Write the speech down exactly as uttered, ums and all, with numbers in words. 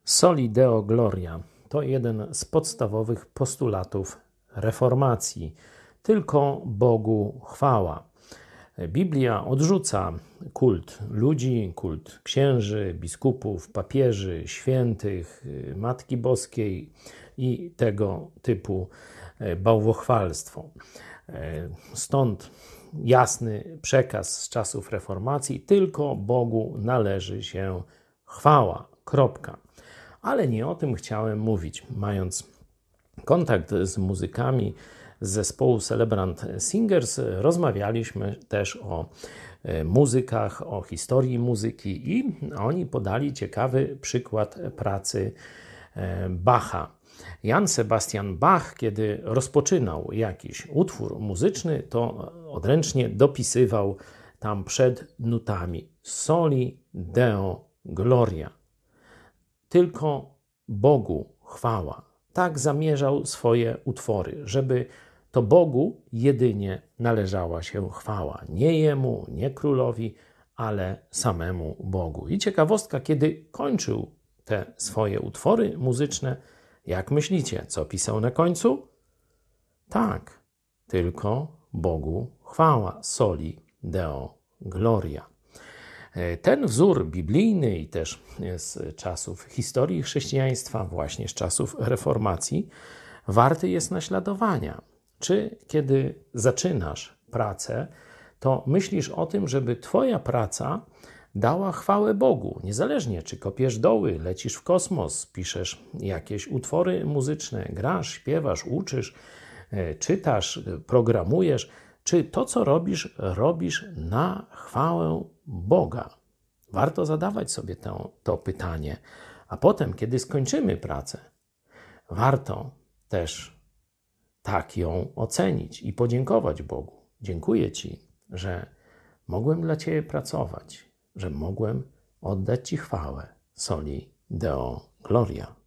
Soli Deo Gloria to jeden z podstawowych postulatów reformacji. Tylko Bogu chwała. Biblia odrzuca kult ludzi, kult księży, biskupów, papieży, świętych, Matki Boskiej i tego typu bałwochwalstwo. Stąd jasny przekaz z czasów reformacji: tylko Bogu należy się chwała. Kropka. Ale nie o tym chciałem mówić. Mając kontakt z muzykami z zespołu Celebrant Singers, rozmawialiśmy też o muzykach, o historii muzyki i oni podali ciekawy przykład pracy Bacha. Jan Sebastian Bach, kiedy rozpoczynał jakiś utwór muzyczny, to odręcznie dopisywał tam przed nutami Soli Deo Gloria. Tylko Bogu chwała. Tak zamierzał swoje utwory, żeby to Bogu jedynie należała się chwała. Nie Jemu, nie Królowi, ale samemu Bogu. I ciekawostka, kiedy kończył te swoje utwory muzyczne, jak myślicie, co pisał na końcu? Tak, tylko Bogu chwała. Soli Deo Gloria. Ten wzór biblijny i też z czasów historii chrześcijaństwa, właśnie z czasów reformacji, warty jest naśladowania. Czy kiedy zaczynasz pracę, to myślisz o tym, żeby twoja praca dała chwałę Bogu, niezależnie czy kopiesz doły, lecisz w kosmos, piszesz jakieś utwory muzyczne, grasz, śpiewasz, uczysz, czytasz, programujesz, czy to, co robisz, robisz na chwałę Boga? Warto zadawać sobie to, to pytanie. A potem, kiedy skończymy pracę, warto też tak ją ocenić i podziękować Bogu. Dziękuję Ci, że mogłem dla Ciebie pracować, że mogłem oddać Ci chwałę. Soli Deo Gloria.